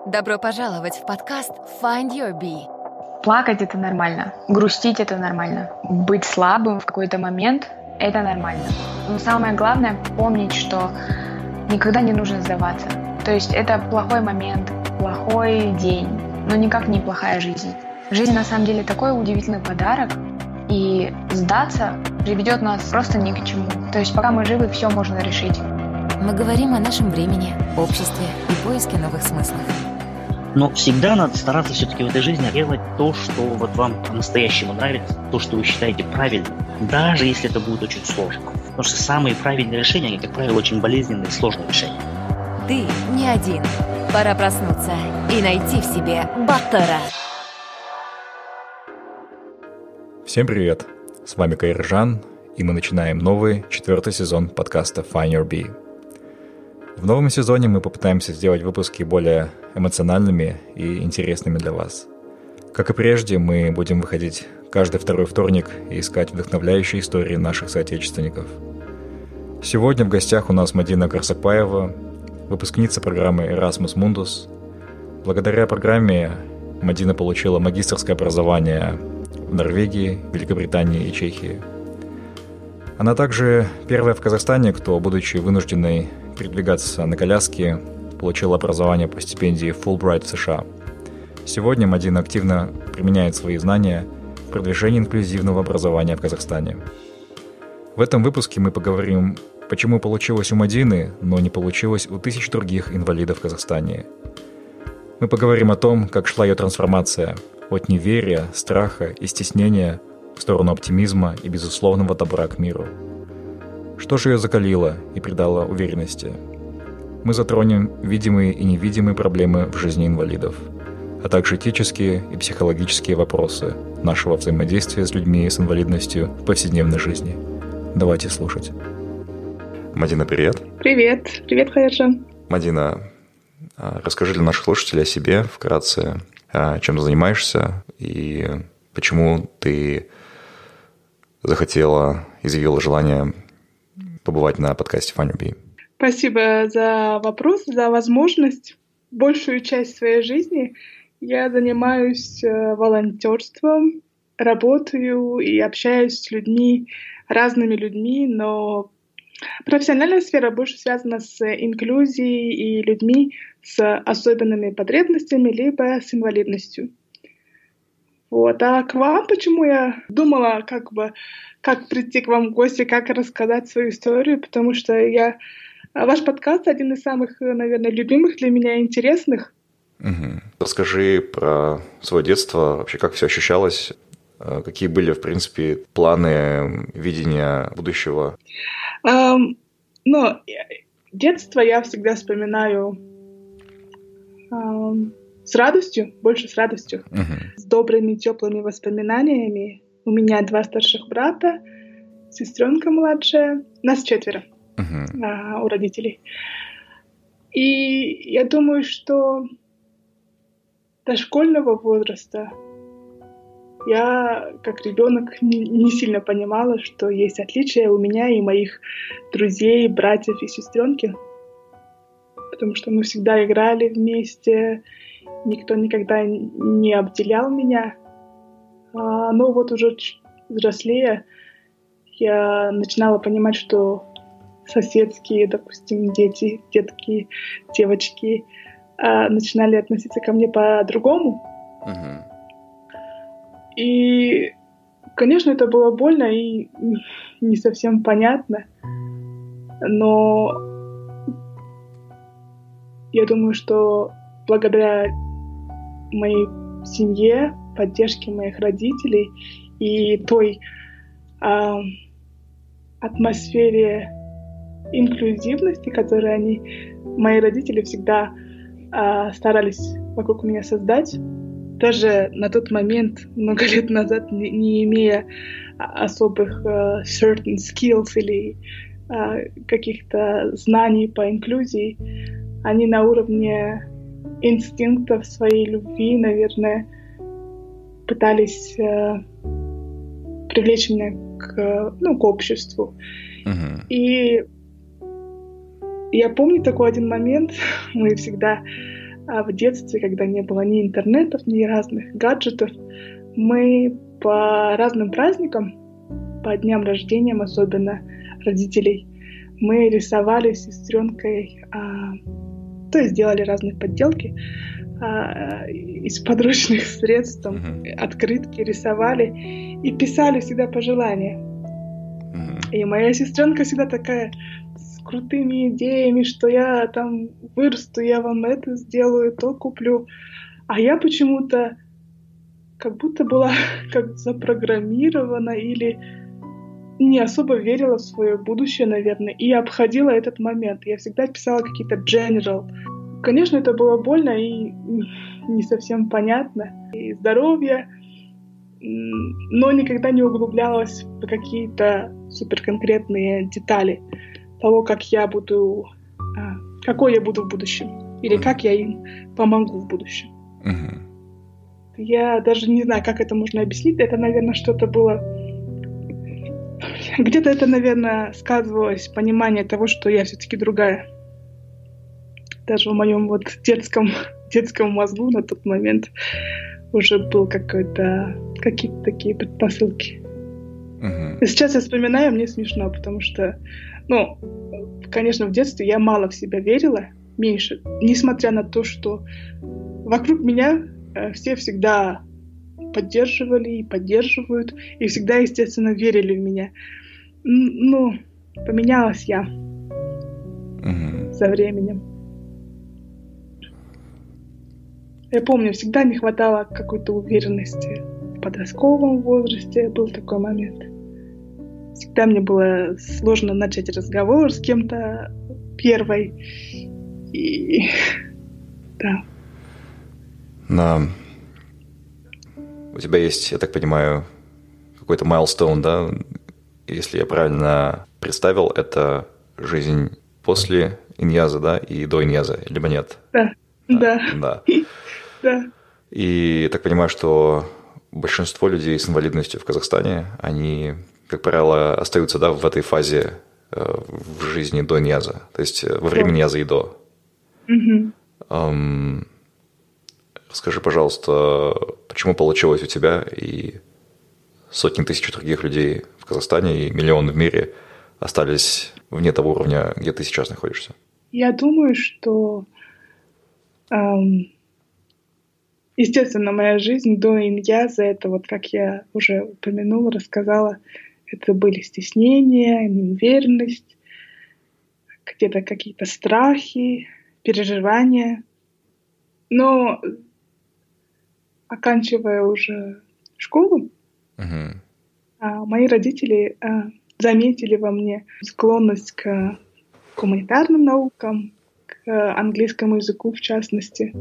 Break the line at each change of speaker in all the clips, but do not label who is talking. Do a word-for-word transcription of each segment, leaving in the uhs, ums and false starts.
Добро пожаловать в подкаст Find Your Bee.
Плакать — это нормально, грустить — это нормально, быть слабым в какой-то момент — это нормально. Но самое главное — помнить, что никогда не нужно сдаваться. То есть это плохой момент, плохой день, но никак не плохая жизнь. Жизнь на самом деле такой удивительный подарок, и сдаться приведет нас просто ни к чему. То есть пока мы живы, все можно решить.
Мы говорим о нашем времени, обществе и поиске новых смыслов.
Но всегда надо стараться все-таки в этой жизни делать то, что вот вам по-настоящему нравится, то, что вы считаете правильным, даже если это будет очень сложно. Потому что самые правильные решения, они, как правило, очень болезненные и сложные решения.
Ты не один. Пора проснуться и найти в себе Баттера.
Всем привет! С вами Кайржан, и мы начинаем новый, четвертый сезон подкаста Find Your Bee. В новом сезоне мы попытаемся сделать выпуски более эмоциональными и интересными для вас. Как и прежде, мы будем выходить каждый второй вторник и искать вдохновляющие истории наших соотечественников. Сегодня в гостях у нас Мадина Карсакпаева, выпускница программы Erasmus Mundus. Благодаря программе Мадина получила магистерское образование в Норвегии, Великобритании и Чехии. Она также первая в Казахстане, кто, будучи вынужденной передвигаться на коляске, получила образование по стипендии Fulbright в США. Сегодня Мадина активно применяет свои знания в продвижении инклюзивного образования в Казахстане. В этом выпуске мы поговорим, почему получилось у Мадины, но не получилось у тысяч других инвалидов в Казахстане. Мы поговорим о том, как шла ее трансформация от неверия, страха и стеснения в сторону оптимизма и безусловного добра к миру. Что же ее закалило и придало уверенности? Мы затронем видимые и невидимые проблемы в жизни инвалидов, а также этические и психологические вопросы нашего взаимодействия с людьми с инвалидностью в повседневной жизни. Давайте слушать. Мадина, привет.
Привет. Привет, Хайржан.
Мадина, расскажи для наших слушателей о себе вкратце, чем ты занимаешься и почему ты захотела, изъявила желание побывать на подкасте Find Your Bee.
Спасибо за вопрос, за возможность. Большую часть своей жизни я занимаюсь волонтерством, работаю и общаюсь с людьми, разными людьми, но профессиональная сфера больше связана с инклюзией и людьми с особенными потребностями либо с инвалидностью. Вот. А к вам, почему я думала, как бы, как прийти к вам в гости, как рассказать свою историю, потому что я... Ваш подкаст один из самых, наверное, любимых для меня, интересных.
Угу. Расскажи про свое детство, вообще как все ощущалось, какие были, в принципе, планы, видения будущего?
Um, ну, детство я всегда вспоминаю um, с радостью, больше с радостью, uh-huh. с добрыми, теплыми воспоминаниями. У меня два старших брата, сестренка младшая, нас четверо uh-huh. а, у родителей. И я думаю, что до школьного возраста я, как ребенок, не, не сильно понимала, что есть отличия у меня и моих друзей, братьев и сестренки. Потому что мы всегда играли вместе, никто никогда не обделял меня. А, но вот уже взрослее я начинала понимать, что соседские, допустим, дети, детки, девочки а, начинали относиться ко мне по-другому. Uh-huh. И, конечно, это было больно и не совсем понятно, но я думаю, что благодаря моей семье, поддержке моих родителей и той э, атмосфере инклюзивности, которую они, мои родители, всегда э, старались вокруг меня создать, даже на тот момент, много лет назад, не, не имея особых uh, certain skills или uh, каких-то знаний по инклюзии, они на уровне инстинктов своей любви, наверное, пытались uh, привлечь меня к, ну, к обществу. Uh-huh. И я помню такой один момент, мы всегда А в детстве, когда не было ни интернетов, ни разных гаджетов, мы по разным праздникам, по дням рождения особенно родителей, мы рисовали с сестренкой, а, то есть делали разные подделки а, из подручных средств, там, mm-hmm. открытки рисовали и писали всегда пожелания. Mm-hmm. И моя сестренка всегда такая с крутыми идеями, что я там вырасту, я вам это сделаю, то куплю. А я почему-то как будто была как запрограммирована или не особо верила в свое будущее, наверное, и обходила этот момент. Я всегда писала какие-то general. Конечно, это было больно и не совсем понятно. И здоровье, но никогда не углублялась в какие-то суперконкретные детали того, как я буду, какой я буду в будущем, или как я им помогу в будущем. Uh-huh. Я даже не знаю, как это можно объяснить. Это, наверное, что-то было... Где-то это, наверное, сказывалось понимание того, что я все-таки другая. Даже в моем вот детском, детском мозгу на тот момент уже был какой-то, какие-то такие предпосылки. Uh-huh. И сейчас я вспоминаю, мне смешно, потому что, ну, конечно, в детстве я мало в себя верила, меньше, несмотря на то, что вокруг меня все всегда поддерживали и поддерживают, и всегда, естественно, верили в меня. Ну, поменялась я uh-huh. со временем. Я помню, всегда не хватало какой-то уверенности. В подростковом возрасте был такой момент. Всегда мне было сложно начать разговор с кем-то первой. И... да.
На... У тебя есть, я так понимаю, какой-то майлстоун, да? Если я правильно представил, это жизнь после иньяза, да, и до иньяза, либо нет?
Да, да.
Да.
Да.
И я так понимаю, что большинство людей с инвалидностью в Казахстане, они, как правило, остаются, да, в этой фазе в жизни до иньяза, то есть во время иньяза и до.
Угу.
Um, Скажи, пожалуйста, почему получилось у тебя и сотни тысяч других людей в Казахстане и миллион в мире остались вне того уровня, где ты сейчас находишься?
Я думаю, что, эм, естественно, моя жизнь до иньяза, это вот, как я уже упомянула, рассказала, это были стеснения, неуверенность, где-то какие-то страхи, переживания. Но оканчивая уже школу, uh-huh. мои родители заметили во мне склонность к гуманитарным наукам, к английскому языку в частности.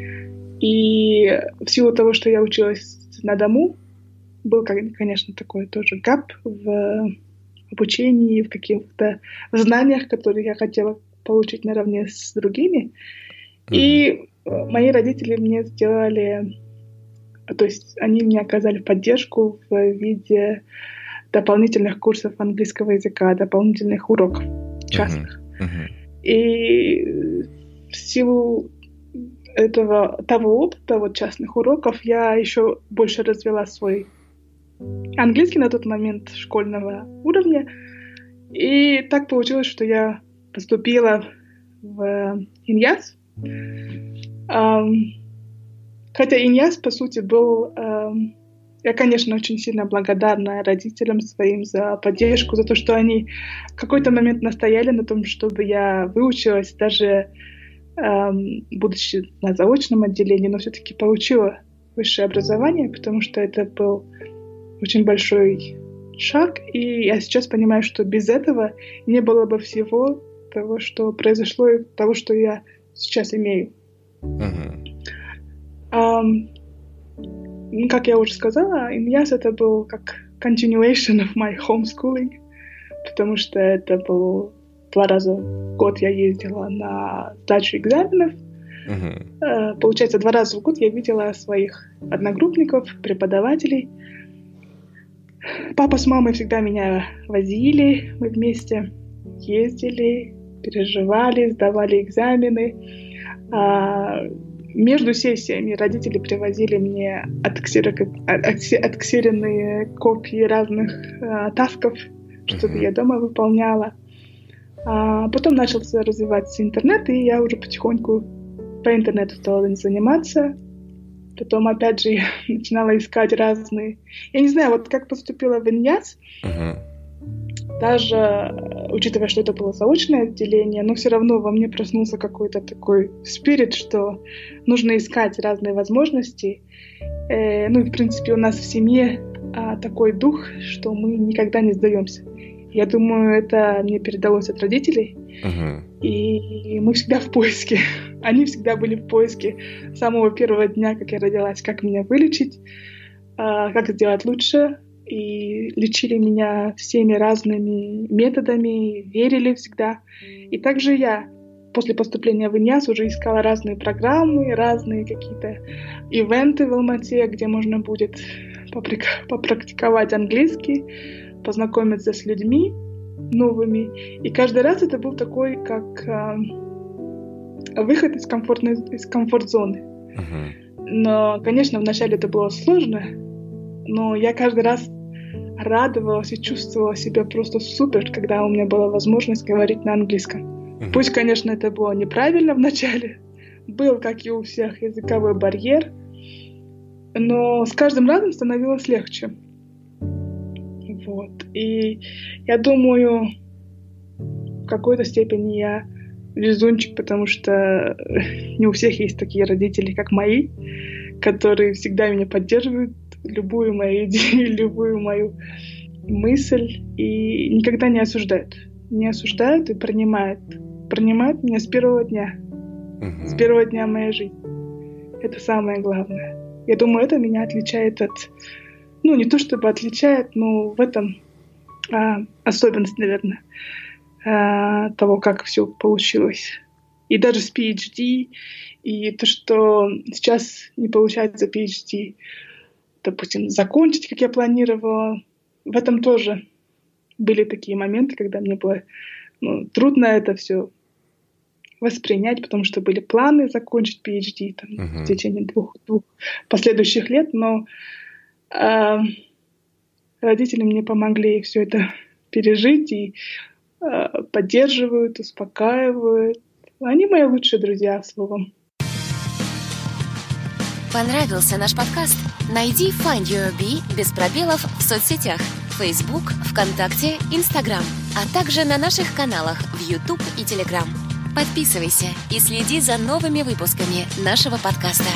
И в силу того, что я училась на дому, был, конечно, такой тоже гап в обучении, в каких-то знаниях, которые я хотела получить наравне с другими. Uh-huh. И мои родители мне сделали, то есть они мне оказали поддержку в виде дополнительных курсов английского языка, дополнительных уроков частных. Uh-huh. Uh-huh. И в силу этого, того опыта, вот частных уроков, я еще больше развила свой английский на тот момент школьного уровня. И так получилось, что я поступила в иньяз. Um, хотя иньяз, по сути, был... Um, я, конечно, очень сильно благодарна родителям своим за поддержку, за то, что они в какой-то момент настояли на том, чтобы я выучилась, даже um, будучи на заочном отделении, но все-таки получила высшее образование, потому что это был очень большой шаг, и я сейчас понимаю, что без этого не было бы всего того, что произошло, и того, что я сейчас имею. Uh-huh. Um, как я уже сказала, иньяз это был как continuation of my homeschooling, потому что это был два раза в год я ездила на сдачу экзаменов. Uh-huh. Uh, получается, два раза в год я видела своих одногруппников, преподавателей. Папа с мамой всегда меня возили, мы вместе ездили, переживали, сдавали экзамены. А, между сессиями родители привозили мне отксеренные копии разных а, тасков, чтобы я дома выполняла. А потом начался развиваться интернет, и я уже потихоньку по интернету стала заниматься. Потом, опять же, я начинала искать разные... Я не знаю, вот как поступила в Иньяс, uh-huh. даже учитывая, что это было заочное отделение, но все равно во мне проснулся какой-то такой спирит, что нужно искать разные возможности. Э, ну и, в принципе, у нас в семье а, такой дух, что мы никогда не сдаемся. Я думаю, это мне передалось от родителей. Uh-huh. И мы всегда в поиске. Они всегда были в поиске с самого первого дня, как я родилась, как меня вылечить, как сделать лучше. И лечили меня всеми разными методами, верили всегда. И также я после поступления в Иньяс уже искала разные программы, разные какие-то ивенты в Алмате, где можно будет попрактиковать английский, познакомиться с людьми новыми. И каждый раз это был такой, как э, выход из комфортной, из комфорт-зоны. Uh-huh. Но, конечно, вначале это было сложно, но я каждый раз радовалась и чувствовала себя просто супер, когда у меня была возможность говорить на английском. Uh-huh. Пусть, конечно, это было неправильно вначале, был, как и у всех, языковой барьер, но с каждым разом становилось легче. Вот. И я думаю, в какой-то степени я везунчик, потому что не у всех есть такие родители, как мои, которые всегда меня поддерживают, любую мою идею, любую мою мысль, и никогда не осуждают. Не осуждают и принимают. Принимают меня с первого дня. Uh-huh. С первого дня моей жизни. Это самое главное. Я думаю, это меня отличает от... Ну, не то чтобы отличает, но в этом а, особенность, наверное, а, того, как все получилось. И даже с пи эйч ди, и то, что сейчас не получается пи эйч ди, допустим, закончить, как я планировала, в этом тоже были такие моменты, когда мне было ну, трудно это все воспринять, потому что были планы закончить пи эйч ди там, uh-huh. в течение двух, двух последующих лет, но э, родители мне помогли все это пережить и э, поддерживают, успокаивают. Они мои лучшие друзья, словом.
Понравился наш подкаст? Найди Find Your Bee без пробелов в соцсетях Facebook, ВКонтакте, Instagram, а также на наших каналах в YouTube и Telegram. Подписывайся и следи за новыми выпусками нашего подкаста.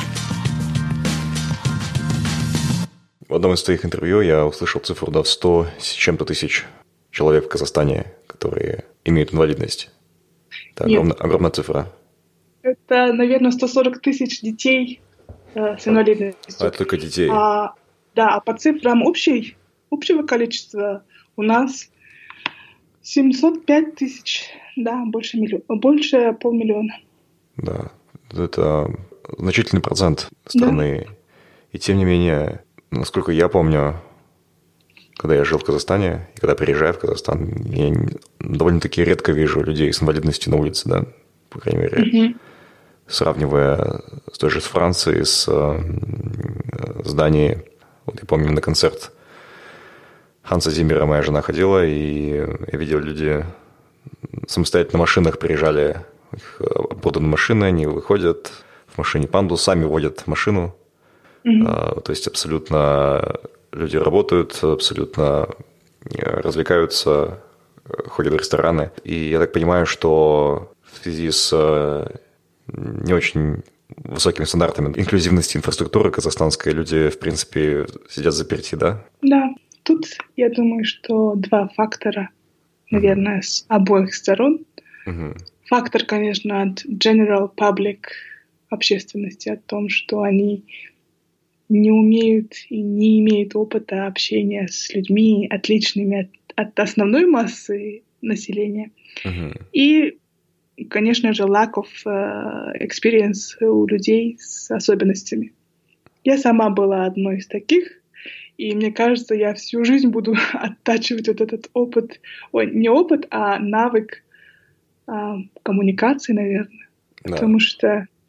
В одном из твоих интервью я услышал цифру да, в сто с чем-то тысяч человек в Казахстане, которые имеют инвалидность. Это огромная, огромная цифра.
Это, наверное, сто сорок тысяч детей э, с инвалидностью.
А это только детей?
А, да, а по цифрам общей, общего количества у нас семьсот пять тысяч, да, больше, миллион, больше полмиллиона.
Да, это значительный процент страны. Да. И тем не менее, насколько я помню, когда я жил в Казахстане, и когда приезжаю в Казахстан, я довольно-таки редко вижу людей с инвалидностью на улице, да, по крайней мере, mm-hmm. сравнивая с той же с Францией, с, с Данией. Вот я помню, на концерт Ханса Зиммера моя жена ходила, и я видел, люди самостоятельно на машинах приезжали, их поданы машины, они выходят в машине панду, сами водят машину. Mm-hmm. А, то есть абсолютно люди работают, абсолютно развлекаются, ходят в рестораны. И я так понимаю, что в связи с не очень высокими стандартами инклюзивности инфраструктуры казахстанской люди, в принципе, сидят заперти, да?
Да. Тут, я думаю, что два фактора, наверное, uh-huh. с обоих сторон. Uh-huh. Фактор, конечно, от general public общественности, о том, что они не умеют и не имеют опыта общения с людьми, отличными от, от основной массы населения. Uh-huh. И, конечно же, lack of uh, experience у людей с особенностями. Я сама была одной из таких. И мне кажется, я всю жизнь буду оттачивать вот этот опыт, ой, не опыт, а навык а, коммуникации, наверное. Да. Потому что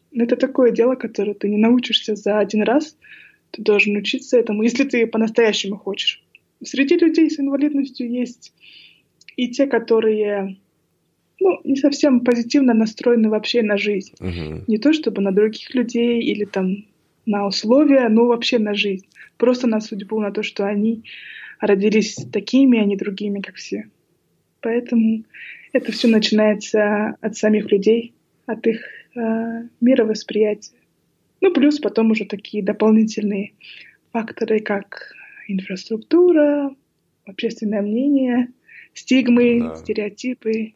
Но это такое дело, которое ты не научишься за один раз. Ты должен учиться этому, если ты по-настоящему хочешь. Среди людей с инвалидностью есть и те, которые ну, не совсем позитивно настроены вообще на жизнь.
Угу.
Не то чтобы на других людей или там на условия, но вообще на жизнь. Просто на судьбу, на то, что они родились такими, а не другими, как все. Поэтому это все начинается от самих людей, от их э, мировосприятия. Ну, плюс потом уже такие дополнительные факторы, как инфраструктура, общественное мнение, стигмы,
Да.
стереотипы.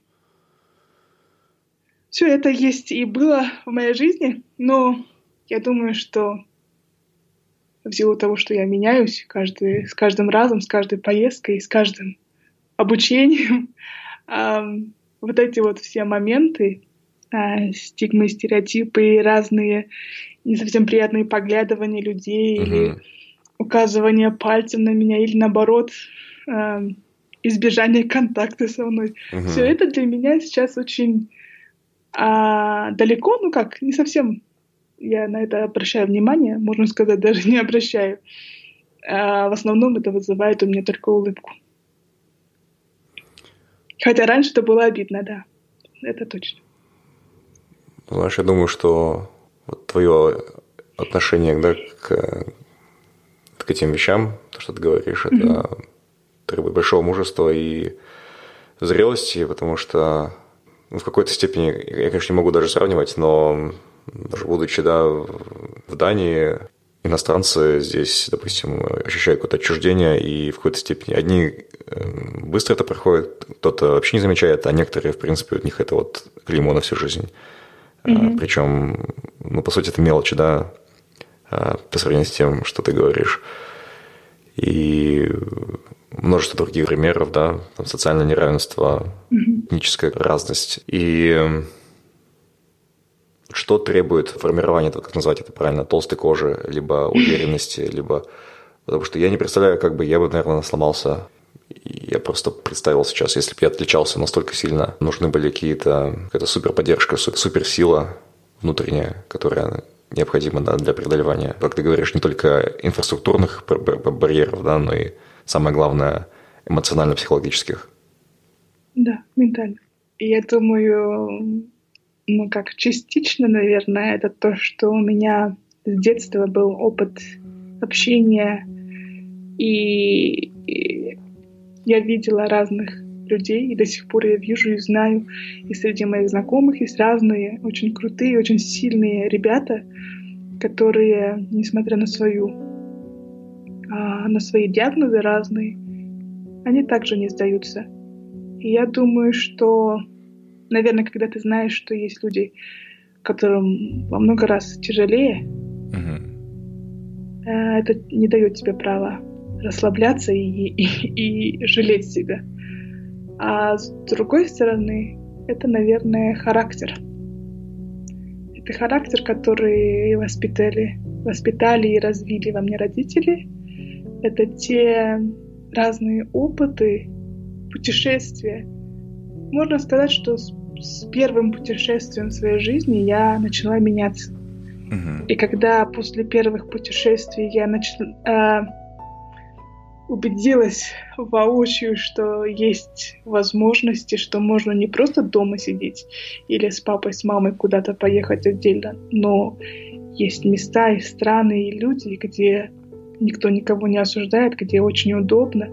Все это есть и было в моей жизни, но я думаю, что в силу того, что я меняюсь каждый, с каждым разом, с каждой поездкой, с каждым обучением, эм, вот эти вот все моменты, э, стигмы, стереотипы, разные не совсем приятные поглядывания людей
Мгм.
или указывание пальцем на меня, или наоборот, эм, избежание контакта со мной.
Мгм.
Все это для меня сейчас очень а, далеко, ну как, не совсем я на это обращаю внимание, можно сказать, даже не обращаю. А в основном это вызывает у меня только улыбку. Хотя раньше это было обидно, да, это точно.
Знаешь, я думаю, что вот твое отношение, да, к, к этим вещам, то, что ты говоришь, это
Мгм.
требует большого мужества и зрелости, потому что ну, в какой-то степени, я, конечно, не могу даже сравнивать, но даже будучи, да, в Дании, иностранцы здесь, допустим, ощущают какое-то отчуждение, и в какой-то степени одни э, быстро это проходит, кто-то вообще не замечает, а некоторые, в принципе, у них это вот клеймо на всю жизнь.
Мгм.
Причем, ну, по сути, это мелочи, да, а, по сравнению с тем, что ты говоришь. И множество других примеров, да, там социальное неравенство,
Мгм.
этническая разность. И что требует формирования, как назвать это правильно, толстой кожи, либо уверенности, либо... Потому что я не представляю, как бы я бы, наверное, сломался. Я просто представил сейчас, если бы я отличался настолько сильно, нужны были какие-то, какая-то суперподдержка, су- суперсила внутренняя, которая необходима, да, для преодолевания, как ты говоришь, не только инфраструктурных бар- бар- барьеров, да, но и, самое главное, эмоционально-психологических.
Да, ментально. И я думаю, ну как частично, наверное, это то, что у меня с детства был опыт общения, и, и я видела разных людей, и до сих пор я вижу и знаю, и среди моих знакомых есть разные, очень крутые, очень сильные ребята, которые, несмотря на свою, а, на свои диагнозы разные, они также не сдаются. И я думаю, что, наверное, когда ты знаешь, что есть люди, которым во много раз тяжелее,
Мгм.
э, это не дает тебе права расслабляться и, и, и жалеть себя. А с другой стороны, это, наверное, характер. Это характер, который воспитали, воспитали и развили во мне родители. Это те разные опыты, путешествия. Можно сказать, что с, с первым путешествием в своей жизни я начала меняться.
Мгм.
И когда после первых путешествий я нач... э, убедилась воочию, что есть возможности, что можно не просто дома сидеть или с папой, с мамой куда-то поехать отдельно, но есть места и страны, и люди, где никто никого не осуждает, где очень удобно.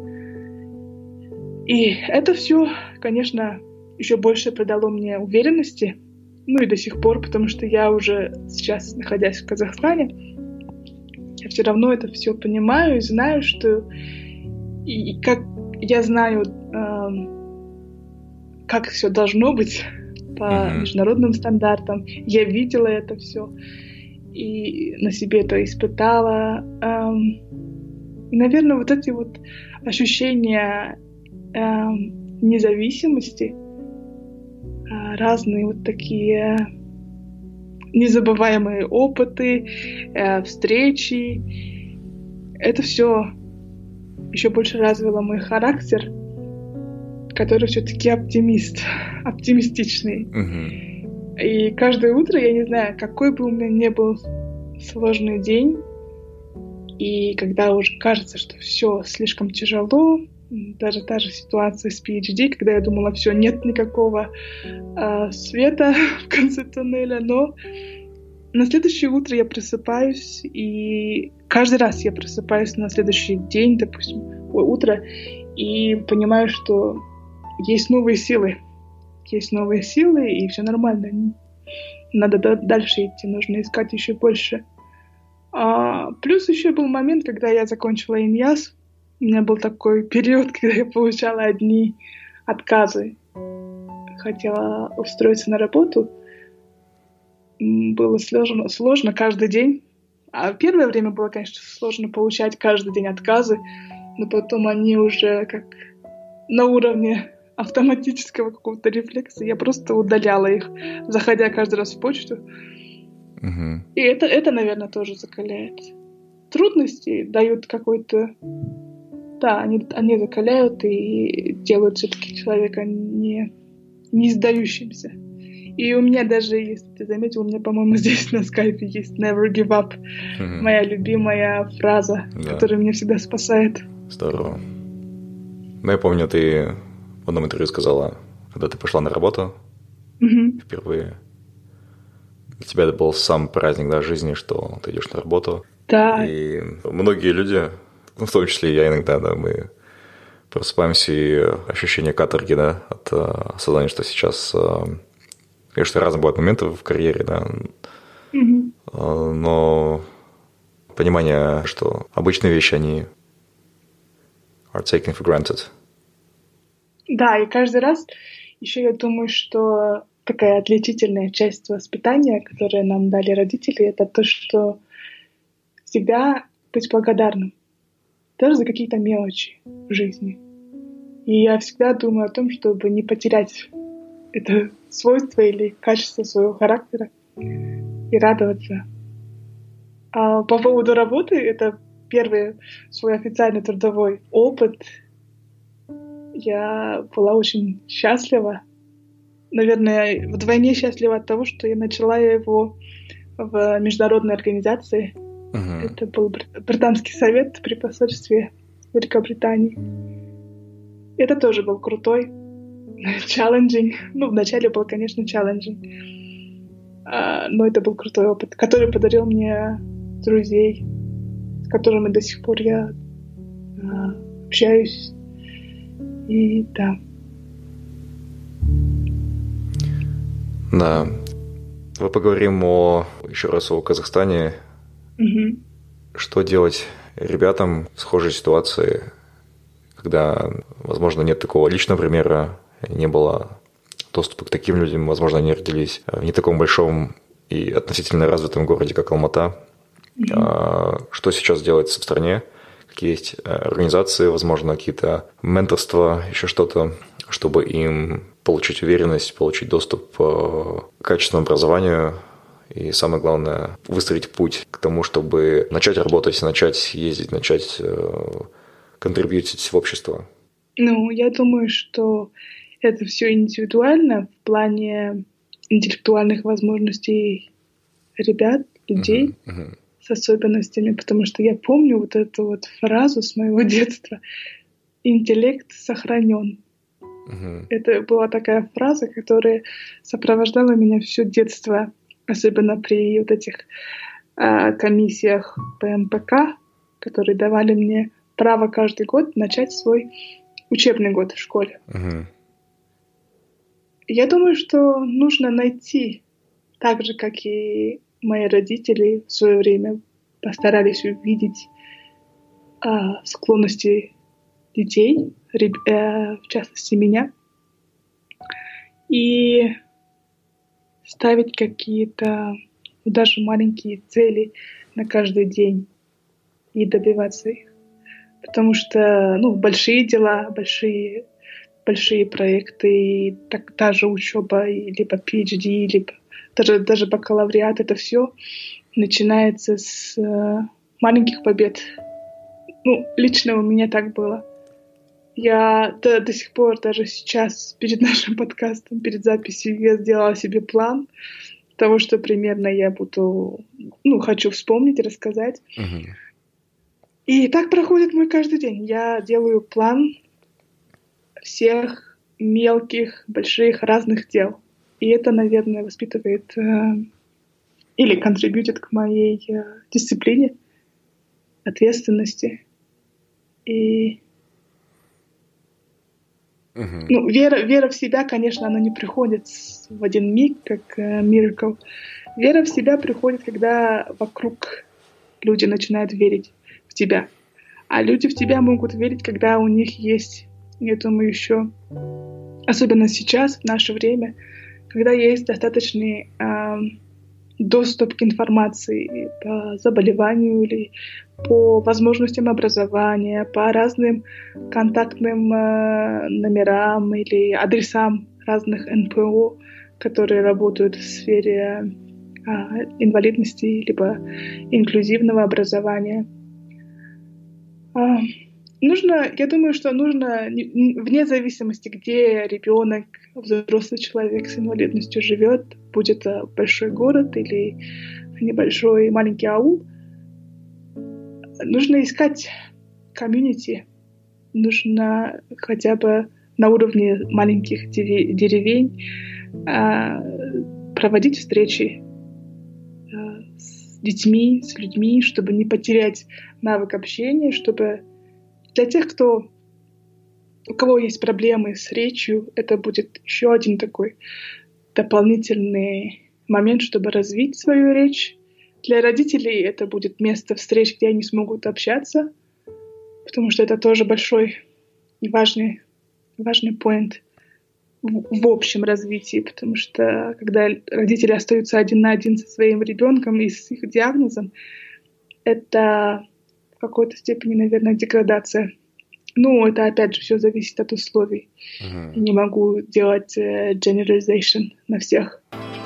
И это все, конечно, еще больше придало мне уверенности, ну и до сих пор, потому что я уже сейчас, находясь в Казахстане, я все равно это все понимаю и знаю, что и как я знаю, эм, как все должно быть по
Мгм.
международным стандартам. Я видела это все и на себе это испытала. Эм, и, наверное, вот эти вот ощущения эм, независимости, э, разные вот такие незабываемые опыты, э, встречи, это все еще больше развило мой характер, который все-таки оптимист, оптимистичный.
Мгм.
И каждое утро, я не знаю, какой бы у меня ни был сложный день, и когда уже кажется, что все слишком тяжело, даже та же ситуация с пи эйч ди, когда я думала, все, нет никакого э, света в конце туннеля, но на следующее утро я просыпаюсь, и каждый раз я просыпаюсь на следующий день, допустим, ой, утро, и понимаю, что есть новые силы. Есть новые силы, и все нормально. Надо дальше идти, нужно искать еще больше. А, плюс еще был момент, когда я закончила иньяс. У меня был такой период, когда я получала одни отказы. Хотела устроиться на работу. Было сложно, сложно каждый день. А первое время было, конечно, сложно получать каждый день отказы, но потом они уже как на уровне автоматического какого-то рефлекса. Я просто удаляла их, заходя каждый раз в почту.
Uh-huh.
И это, это, наверное, тоже закаляет. Трудности дают какой-то... Да, они, они закаляют и делают все-таки человека не, не сдающимся. И у меня даже, если ты заметил, у меня, по-моему, здесь на скайпе есть never give up. Uh-huh. Моя любимая фраза, да, которая меня всегда спасает.
Здорово. Ну, я помню, ты в одном интервью сказала, когда ты пошла на работу uh-huh. впервые, для тебя это был сам праздник, да, жизни, что ты идешь на работу.
Да.
И многие люди, ну, в том числе я иногда, да, мы просыпаемся, и ощущение каторги, да, от осознания, что сейчас... Конечно, разные бывают моменты в карьере, да, mm-hmm. но понимание, что обычные вещи, они are taken for granted.
Да, и каждый раз еще я думаю, что такая отличительная часть воспитания, которую нам дали родители, это то, что всегда быть благодарным, даже за какие-то мелочи в жизни. И я всегда думаю о том, чтобы не потерять это свойство или качество своего характера и радоваться. А по поводу работы, это первый свой официальный трудовой опыт. Я была очень счастлива. Наверное, вдвойне счастлива от того, что я начала его в международной организации. Uh-huh. Это был британский совет при посольстве Великобритании. Это тоже был крутой, challenging. Ну, вначале был, конечно, challenging. А, но это был крутой опыт, который подарил мне друзей, с которыми до сих пор я а, общаюсь. И да.
Да. Мы поговорим о, еще раз о Казахстане.
Угу.
Что делать ребятам в схожей ситуации, когда, возможно, нет такого личного примера, не было доступа к таким людям, возможно, они родились в не таком большом и относительно развитом городе, как Алмата. Mm-hmm. Что сейчас делается в стране? Какие есть организации, возможно, какие-то менторства, еще что-то, чтобы им получить уверенность, получить доступ к качественному образованию и, самое главное, выстроить путь к тому, чтобы начать работать, начать ездить, начать контрибьютить в общество?
Ну, я думаю, что это все индивидуально в плане интеллектуальных возможностей ребят, людей uh-huh, uh-huh. с особенностями, потому что я помню вот эту вот фразу с моего детства: «Интеллект сохранен». Uh-huh. Это была такая фраза, которая сопровождала меня все детство, особенно при вот этих э, комиссиях пэ эм пэ ка, которые давали мне право каждый год начать свой учебный год в школе. Uh-huh. Я думаю, что нужно найти, так же, как и мои родители в свое время постарались увидеть э, склонности детей, реб, э, в частности меня, и ставить какие-то даже маленькие цели на каждый день и добиваться их. Потому что, ну, большие дела, большие, большие проекты, так, та же учеба, либо пи эйч ди, либо даже, даже бакалавриат, это все начинается с э, маленьких побед. Ну, лично у меня так было. Я до, до сих пор, даже сейчас, перед нашим подкастом, перед записью, я сделала себе план того, что примерно я буду, ну, хочу вспомнить, рассказать.
Угу.
И так проходит мой каждый день. Я делаю план всех мелких, больших, разных дел. И это, наверное, воспитывает э, или контрибьютит к моей э, дисциплине, ответственности. И
угу.
ну, вера, вера в себя, конечно, она не приходит в один миг, как э, miracle. Вера в себя приходит, когда вокруг люди начинают верить в тебя. А люди в тебя могут верить, когда у них есть, я думаю, еще, особенно сейчас, в наше время, когда есть достаточный э, доступ к информации по заболеванию или по возможностям образования, по разным контактным э, номерам или адресам разных эн пэ о, которые работают в сфере э, инвалидности либо инклюзивного образования. Э, нужно, я думаю, что нужно, вне зависимости, где ребенок, взрослый человек с инвалидностью живет, будь это большой город или небольшой маленький аул, нужно искать комьюнити, нужно хотя бы на уровне маленьких деревень проводить встречи с детьми, с людьми, чтобы не потерять навык общения, чтобы для тех, кто, у кого есть проблемы с речью, это будет еще один такой дополнительный момент, чтобы развить свою речь. Для родителей это будет место встреч, где они смогут общаться, потому что это тоже большой и важный, важный поинт в, в общем развитии, потому что когда родители остаются один на один со своим ребенком и с их диагнозом, это в какой-то степени, наверное, деградация. Ну, это опять же все зависит от условий. Uh-huh. Не могу делать uh, generalization на всех.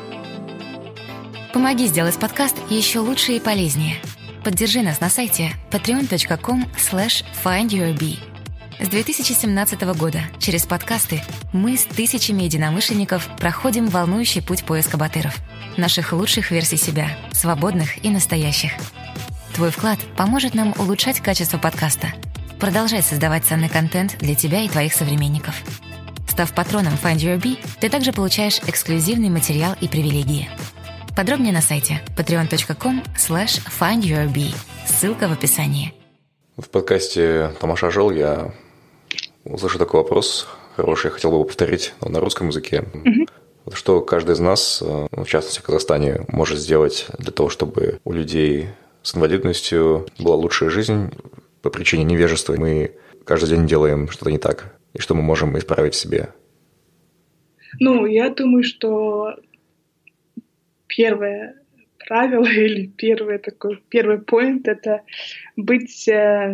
Помоги сделать подкаст еще лучше и полезнее. Поддержи нас на сайте patreon.com slash findyourbee. С две тысячи семнадцатого года через подкасты мы с тысячами единомышленников проходим волнующий путь поиска батыров, наших лучших версий себя, свободных и настоящих. Твой вклад поможет нам улучшать качество подкаста, продолжать создавать ценный контент для тебя и твоих современников. Став патроном Find Your Bee, ты также получаешь эксклюзивный материал и привилегии. Подробнее на сайте patreon.com slash findyourbee. Ссылка в описании.
В подкасте «Тамаша жил» я услышал такой вопрос хороший, хотел бы его повторить на русском языке. Mm-hmm. Что каждый из нас, в частности в Казахстане, может сделать для того, чтобы у людей с инвалидностью была лучшая жизнь по причине невежества. Мы каждый день делаем что-то не так. И что мы можем исправить в себе?
Ну, я думаю, что первое правило или первый такой первый поинт — это быть э,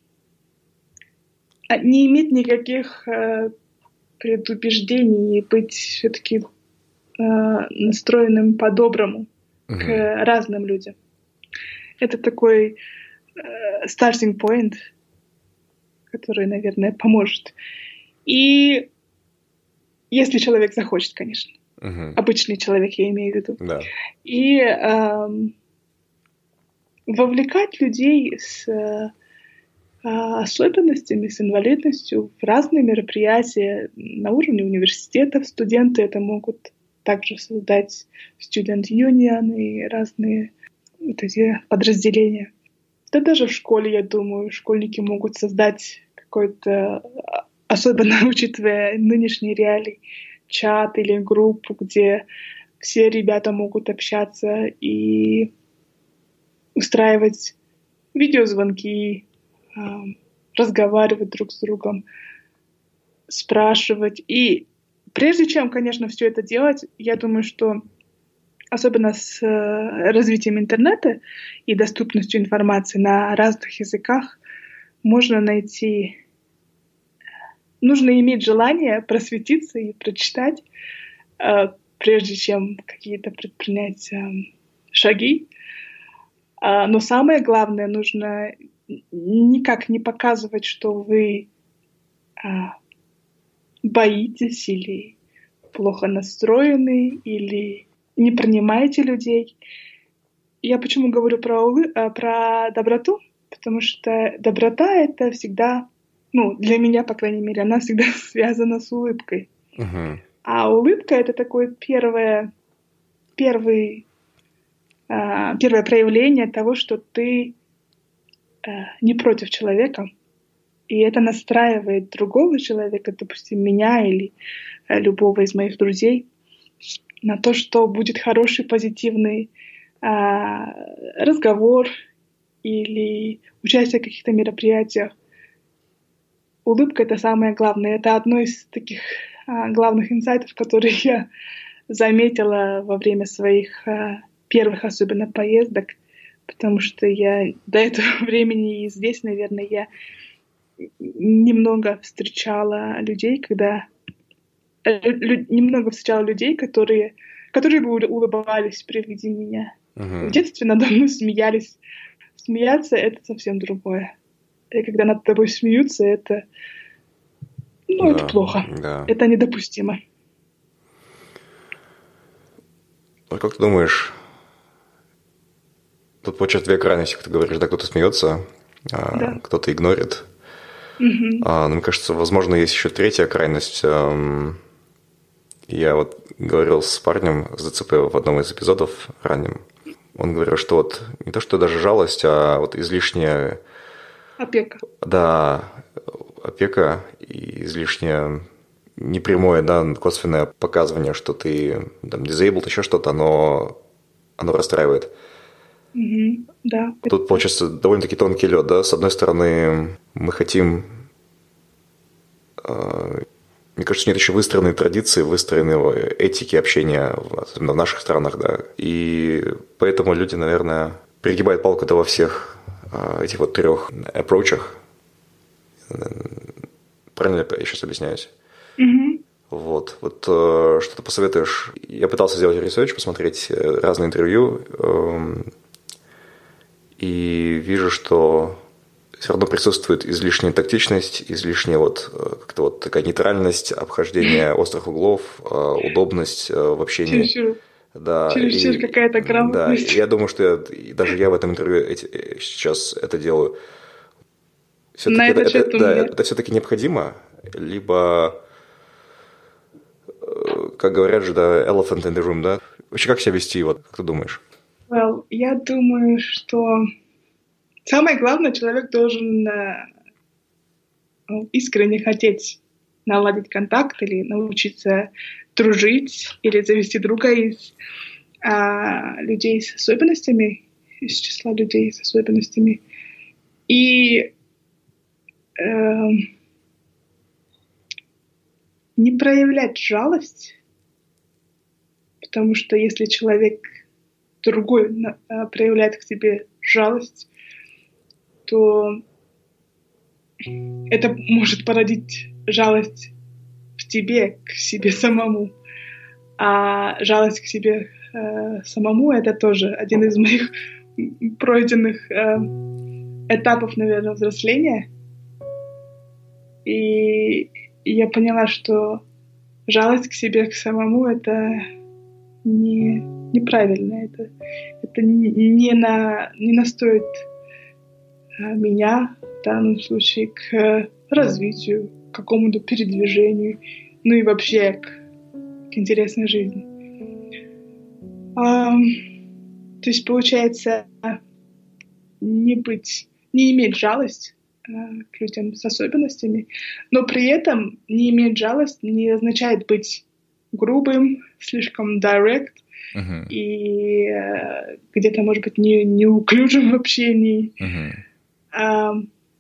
не иметь никаких э, предубеждений и быть все-таки э, настроенным по-доброму uh-huh. к разным людям. Это такой э, starting point, который, наверное, поможет. И если человек захочет, конечно. Uh-huh. Обычный человек, я имею в виду.
Да.
И э, вовлекать людей с э, особенностями, с инвалидностью в разные мероприятия на уровне университетов. Студенты это могут также создать Student Union и разные вот эти подразделения. Да даже в школе, я думаю, школьники могут создать какой-то, особенно учитывая нынешние реалии, чат или группу, где все ребята могут общаться и устраивать видеозвонки, разговаривать друг с другом, спрашивать. И прежде чем, конечно, все это делать, я думаю, что особенно с развитием интернета и доступностью информации на разных языках, можно найти... Нужно иметь желание просветиться и прочитать, прежде чем какие-то предпринять шаги. Но самое главное, нужно никак не показывать, что вы а, боитесь или плохо настроены, или не принимаете людей. Я почему говорю про, улы... про доброту? Потому что доброта — это всегда, ну, для меня, по крайней мере, она всегда связана с улыбкой.
Uh-huh.
А улыбка — это такое первое, первый, а, первое проявление того, что ты а, не против человека. И это настраивает другого человека, допустим, меня или а, любого из моих друзей, на то, что будет хороший, позитивный а, разговор или участие в каких-то мероприятиях. Улыбка — это самое главное. Это одно из таких а, главных инсайтов, которые я заметила во время своих а, первых, особенно, поездок, потому что я до этого времени и здесь, наверное, я немного встречала людей, когда лю- немного встречала людей, которые, которые бы улыбались при виде меня. Uh-huh. В детстве надо мной смеялись. Смеяться — это совсем другое. И когда над тобой смеются, это, ну, да, это плохо.
Да.
Это недопустимо.
А как ты думаешь, тут получается две крайности, как ты говоришь, да, кто-то смеется, а да. кто-то игнорит.
Угу.
А, но мне кажется, возможно, есть еще третья крайность. Я вот говорил с парнем с ДЦП в одном из эпизодов ранним. Он говорил, что вот не то, что даже жалость, а вот излишняя...
Опека.
Да, опека и излишнее непрямое, да, косвенное показывание, что ты там disabled, еще что-то, оно, оно расстраивает.
Mm-hmm. Да.
Тут получается довольно-таки тонкий лед, да. С одной стороны, мы хотим... Э, мне кажется, нет еще выстроенной традиции, выстроенной этики общения, особенно в наших странах, да. И поэтому люди, наверное, перегибают палку-то во всех э, этих вот трех аппроучах. Правильно я сейчас объясняюсь?
Mm-hmm.
Вот, вот э, что ты посоветуешь? Я пытался сделать ресерч, посмотреть разные интервью, э, и вижу, что все равно присутствует излишняя тактичность, излишняя вот как-то вот такая нейтральность, обхождение острых углов, э, удобность э, в общении.
Чересчур.
Да,
Чересчур какая-то грамотность.
Да, я думаю, что я, и даже я в этом интервью эти, сейчас это делаю. Все-таки
На
это,
это,
это,
да,
это, это все-таки необходимо, либо... Как говорят же, да, elephant in the room, да? Вообще, как себя вести, вот, как ты думаешь?
Well, я думаю, что самое главное, человек должен э, искренне хотеть наладить контакт или научиться дружить, или завести друга из э, людей с особенностями, из числа людей с особенностями. И э, не проявлять жалость, потому что если человек другой проявляет к тебе жалость, то это может породить жалость в тебе, к себе самому. А жалость к себе э, самому — это тоже один из моих пройденных э, этапов, наверное, взросления. И И я поняла, что жалость к себе, к самому — это не, неправильно. Это, это не, на, не настроит меня в данном случае к развитию, к какому-то передвижению, ну и вообще к, к интересной жизни. А, то есть, получается, не быть, не иметь жалость к людям с особенностями, но при этом не иметь жалость не означает быть грубым, слишком direct uh-huh. и э, где-то, может быть, не, неуклюжим в общении. Uh-huh. А,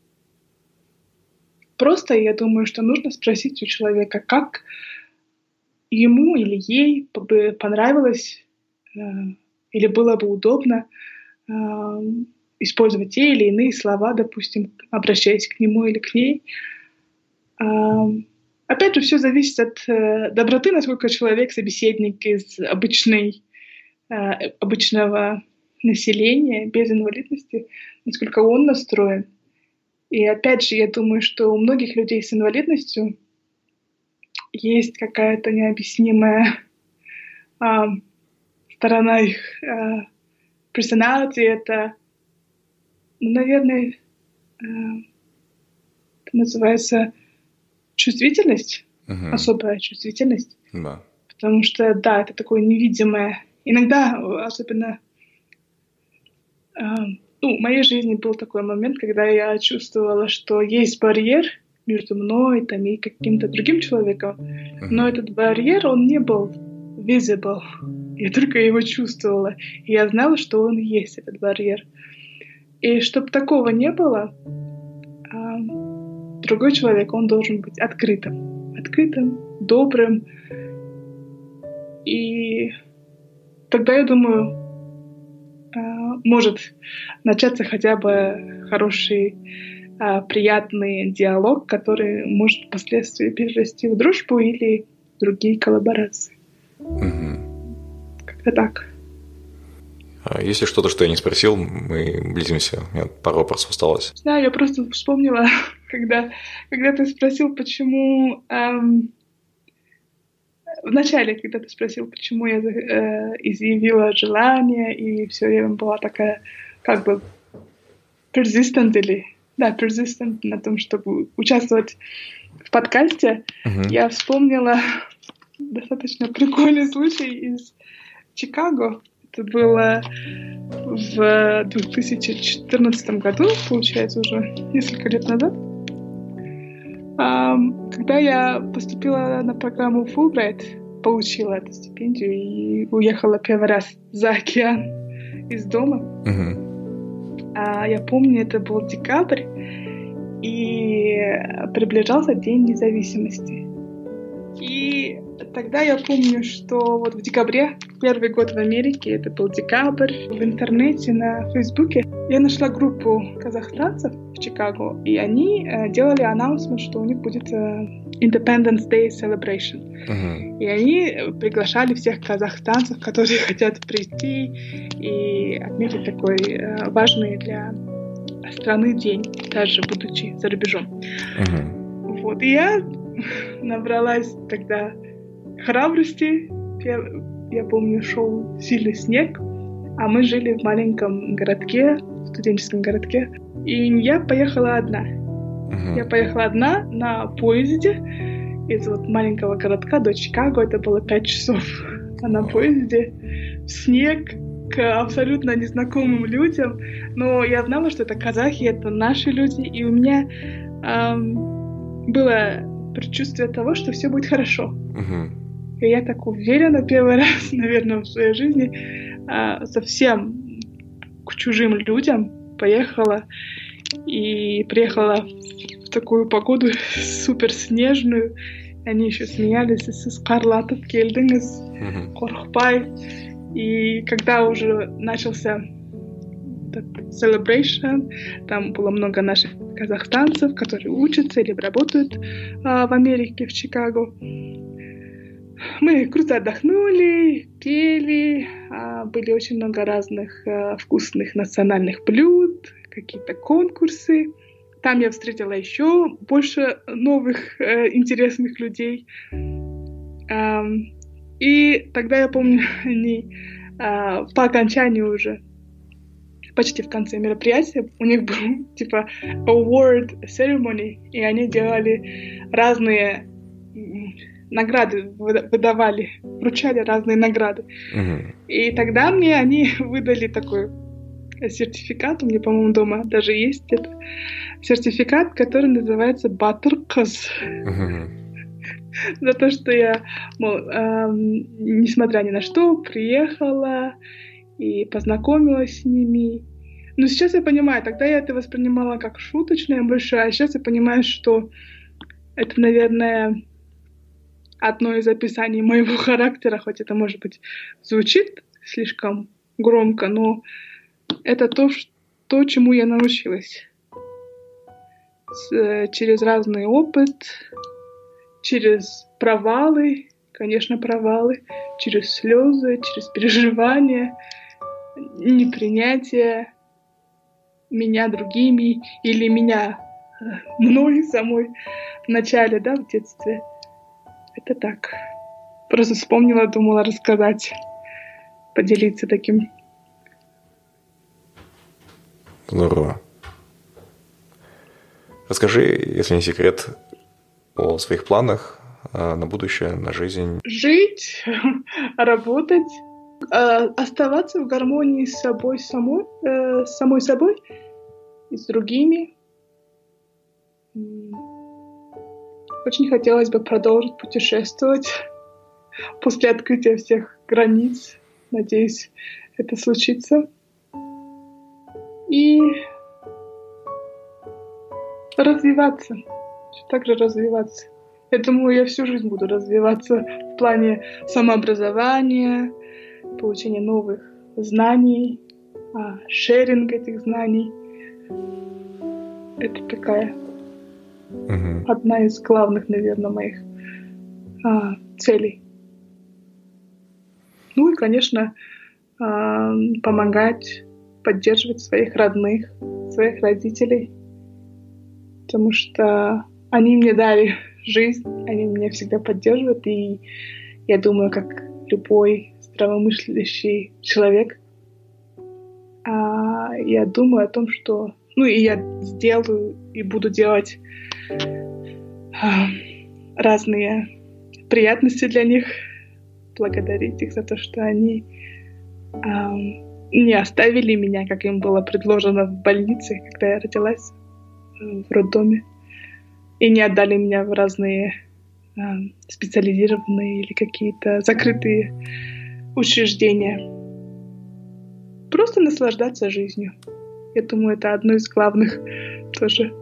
просто я думаю, что нужно спросить у человека, как ему или ей бы понравилось э, или было бы удобно э, использовать те или иные слова, допустим, обращаясь к нему или к ней. Опять же, все зависит от доброты, насколько человек, собеседник из обычной, обычного населения, без инвалидности, насколько он настроен. И опять же, я думаю, что у многих людей с инвалидностью есть какая-то необъяснимая а, сторона их а, personality. Это, ну, наверное, а, это называется чувствительность, uh-huh. особая чувствительность.
Да.
Потому что, да, это такое невидимое. Иногда, особенно а, ну, в моей жизни был такой момент, когда я чувствовала, что есть барьер между мной там, и каким-то другим человеком, uh-huh. но этот барьер, он не был visible. Я только его чувствовала. И я знала, что он есть, этот барьер. И чтобы такого не было, другой человек, он должен быть открытым. Открытым, добрым. И тогда, я думаю, может начаться хотя бы хороший, приятный диалог, который может впоследствии перерасти в дружбу или другие коллаборации.
Угу.
Как-то так.
А если что-то, что я не спросил, мы близимся. У меня пару вопросов осталось.
Да, я просто вспомнила, когда, когда ты спросил, почему... Эм, вначале, когда ты спросил, почему я э, изъявила желание, и все время была такая, как бы, persistent или... Да, persistent на том, чтобы участвовать в подкасте, uh-huh. я вспомнила достаточно прикольный случай из Чикаго. Это было в две тысячи четырнадцатом году, получается, уже несколько лет назад. Когда я поступила на программу Fulbright, получила эту стипендию и уехала первый раз за океан из дома. Uh-huh. Я помню, это был декабрь, и приближался День независимости. И тогда я помню, что вот в декабре, первый год в Америке, это был декабрь, в интернете, на Фейсбуке, я нашла группу казахстанцев в Чикаго, и они э, делали анонсмент, что у них будет э, Independence Day Celebration. Uh-huh. И они приглашали всех казахстанцев, которые хотят прийти и отметить такой э, важный для страны день, даже будучи за рубежом. Uh-huh. Вот, и я набралась тогда храбрости. Я, я помню, шел сильный снег, а мы жили в маленьком городке, в студенческом городке. И я поехала одна. Uh-huh. Я поехала одна на поезде из вот маленького городка до Чикаго. Это было пять часов. А на поезде в снег к абсолютно незнакомым людям. Но я знала, что это казахи, это наши люди. И у меня эм, было предчувствие того, что все будет хорошо. Uh-huh. И я так уверена первый раз, наверное, в своей жизни э, совсем к чужим людям поехала. И приехала в такую погоду супер снежную. Они еще смеялись: «Сіз қарлатып келдіңіз, қорықпай». И когда уже начался этот celebration, там было много наших казахстанцев, которые учатся или работают а, в Америке, в Чикаго. Мы круто отдохнули, пели, а, были очень много разных а, вкусных национальных блюд, какие-то конкурсы. Там я встретила еще больше новых э, интересных людей. А, и тогда я помню, они а, по окончанию уже, почти в конце мероприятия, у них был типа award ceremony, и они делали разные награды, выдавали, вручали разные награды. Uh-huh. И тогда мне они выдали такой сертификат, у меня, по-моему, дома даже есть это, сертификат, который называется Батыр қыз. Uh-huh. За то, что я, мол, эм, несмотря ни на что, приехала и познакомилась с ними. Но сейчас я понимаю, тогда я это воспринимала как шуточное больше, а сейчас я понимаю, что это, наверное, одно из описаний моего характера, хоть это, может быть, звучит слишком громко, но это то, то чему я научилась. С, через разный опыт, через провалы, конечно, провалы, через слезы, через переживания, непринятие меня другими или меня мной самой в начале, да, в детстве. Это так. Просто вспомнила, думала рассказать, поделиться таким.
Здорово. Расскажи, если не секрет, о своих планах на будущее, на жизнь.
Жить, работать, оставаться в гармонии с собой самой, с самой собой и с другими. Очень хотелось бы продолжить путешествовать после открытия всех границ. Надеюсь, это случится. И развиваться. Также развиваться. Я думаю, я всю жизнь буду развиваться в плане самообразования, получения новых знаний, шеринга этих знаний. Это такая угу. одна из главных, наверное, моих а, целей. Ну и, конечно, а, помогать, поддерживать своих родных, своих родителей, потому что они мне дали жизнь, они меня всегда поддерживают, и я думаю, как любой здравомыслящий человек, а, я думаю о том, что, ну и я сделаю и буду делать а, разные приятности для них, благодарить их за то, что они а, не оставили меня, как им было предложено в больнице, когда я родилась в роддоме, и не отдали меня в разные э, специализированные или какие-то закрытые учреждения. Просто наслаждаться жизнью. Я думаю, это одно из главных тоже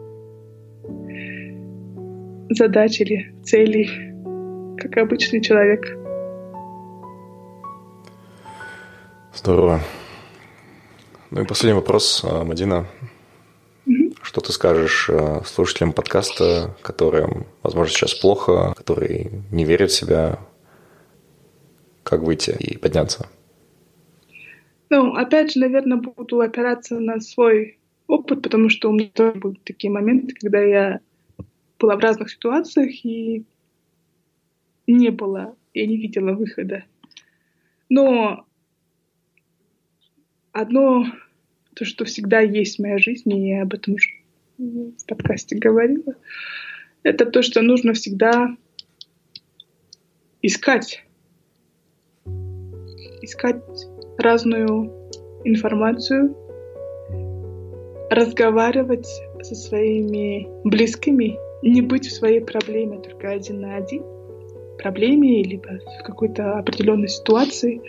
задач или целей, как обычный человек.
Здорово. Ну и последний вопрос, Мадина. Что ты скажешь слушателям подкаста, которым, возможно, сейчас плохо, которые не верят в себя, как выйти и подняться?
Ну, опять же, наверное, буду опираться на свой опыт, потому что у меня тоже были такие моменты, когда я была в разных ситуациях и не было, я не видела выхода. Но одно, то, что всегда есть в моей жизни, и я об этом уже в подкасте говорила, это то, что нужно всегда искать. Искать разную информацию, разговаривать со своими близкими, не быть в своей проблеме только один на один, проблеме, либо в какой-то определенной ситуации.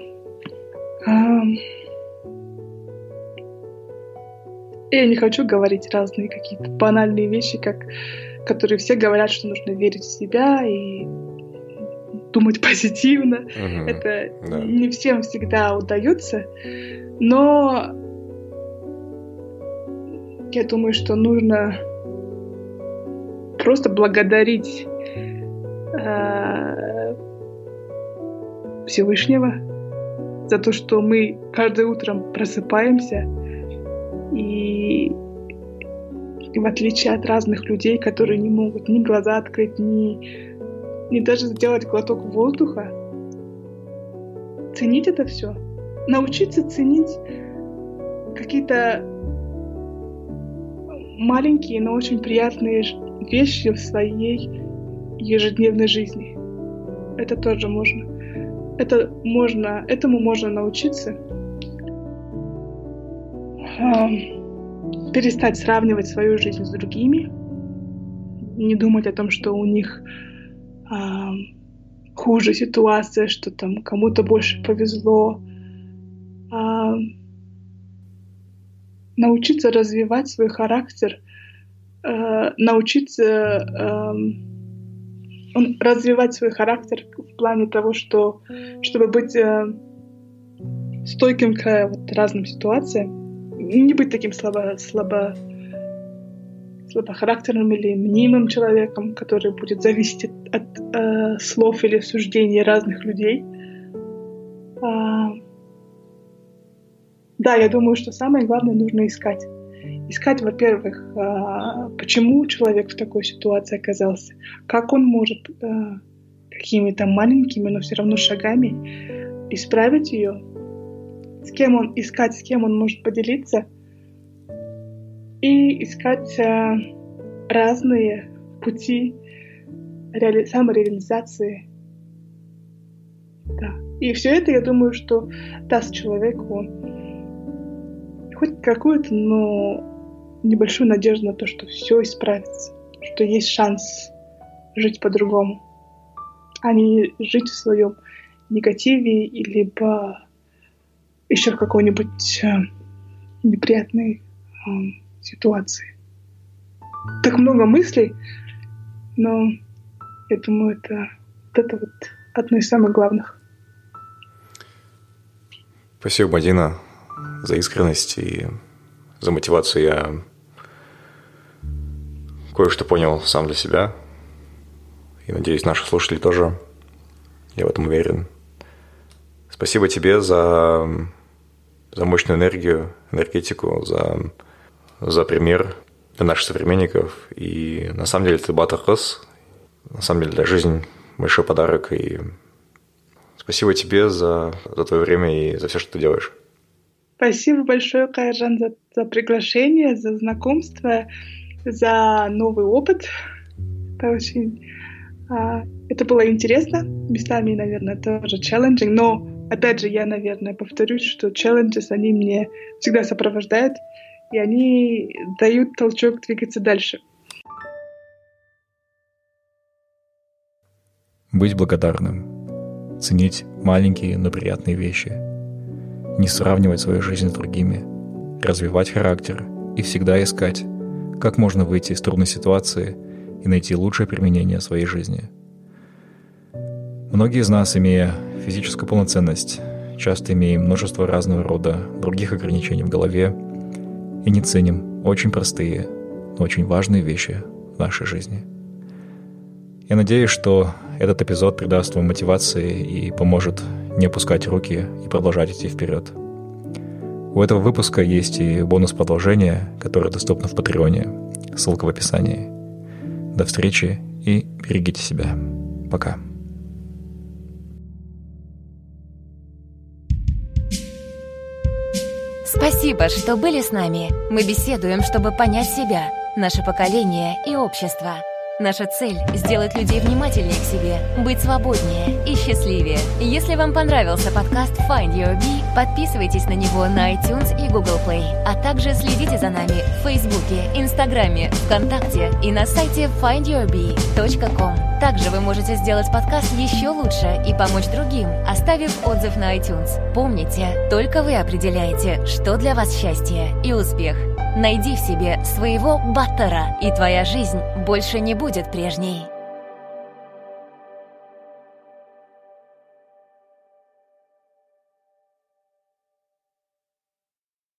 Я не хочу говорить разные какие-то банальные вещи, как, которые все говорят, что нужно верить в себя и думать позитивно. Mm-hmm. Это yeah. не всем всегда удается, но я думаю, что нужно просто благодарить э, Всевышнего за то, что мы каждое утро просыпаемся. И, и в отличие от разных людей, которые не могут ни глаза открыть, ни, ни даже сделать глоток воздуха, ценить это все. Научиться ценить какие-то маленькие, но очень приятные вещи в своей ежедневной жизни. Это тоже можно. Это можно, этому можно научиться. Перестать сравнивать свою жизнь с другими, не думать о том, что у них э, хуже ситуация, что там кому-то больше повезло, э, научиться развивать свой характер, э, научиться э, развивать свой характер в плане того, что чтобы быть э, стойким к вот, разным ситуациям. Не быть таким слабо, слабо, слабохарактерным или мнимым человеком, который будет зависеть от, от э, слов или суждений разных людей. А, да, я думаю, что самое главное нужно искать. искать, во-первых, почему человек в такой ситуации оказался, как он может какими-то маленькими, но все равно шагами исправить ее, с кем он искать, с кем он может поделиться, и искать разные пути реали- самореализации. Да. И все это, я думаю, что даст человеку хоть какую-то, но небольшую надежду на то, что все исправится, что есть шанс жить по-другому, а не жить в своем негативе либо еще в какой-нибудь э, неприятной э, ситуации. Так много мыслей, но я думаю, это, вот это вот одно из самых главных.
Спасибо, Мадина, за искренность и за мотивацию. Я кое-что понял сам для себя. И, надеюсь, наши слушатели тоже. Я в этом уверен. Спасибо тебе за, за мощную энергию, энергетику, за, за пример для наших современников. И на самом деле это батархос. На самом деле для жизни большой подарок. И спасибо тебе за, за твое время и за все, что ты делаешь.
Спасибо большое, Кайыржан, за, за приглашение, за знакомство, за новый опыт. Это очень... А, это было интересно. Местами, наверное, тоже challenging. Но, опять же, я, наверное, повторюсь, что challenges, они мне всегда сопровождают. И они дают толчок двигаться дальше.
Быть благодарным. Ценить маленькие, но приятные вещи. Не сравнивать свою жизнь с другими. Развивать характер и всегда искать, как можно выйти из трудной ситуации и найти лучшее применение своей жизни. Многие из нас, имея физическую полноценность, часто имеем множество разного рода других ограничений в голове и не ценим очень простые, но очень важные вещи в нашей жизни. Я надеюсь, что этот эпизод придаст вам мотивации и поможет не опускать руки и продолжать идти вперед. У этого выпуска есть и бонус-продолжение, которое доступно в Патреоне. Ссылка в описании. До встречи и берегите себя. Пока.
Спасибо, что были с нами. Мы беседуем, чтобы понять себя, наше поколение и общество. Наша цель – сделать людей внимательнее к себе, быть свободнее и счастливее. Если вам понравился подкаст Find Your Bee, подписывайтесь на него на iTunes и Google Play, а также следите за нами в Фейсбуке, Инстаграме, ВКонтакте и на сайте файнд юр би точка ком. Также вы можете сделать подкаст еще лучше и помочь другим, оставив отзыв на iTunes. Помните, только вы определяете, что для вас счастье и успех. Найди в себе своего баттера, и твоя жизнь больше не будет прежней.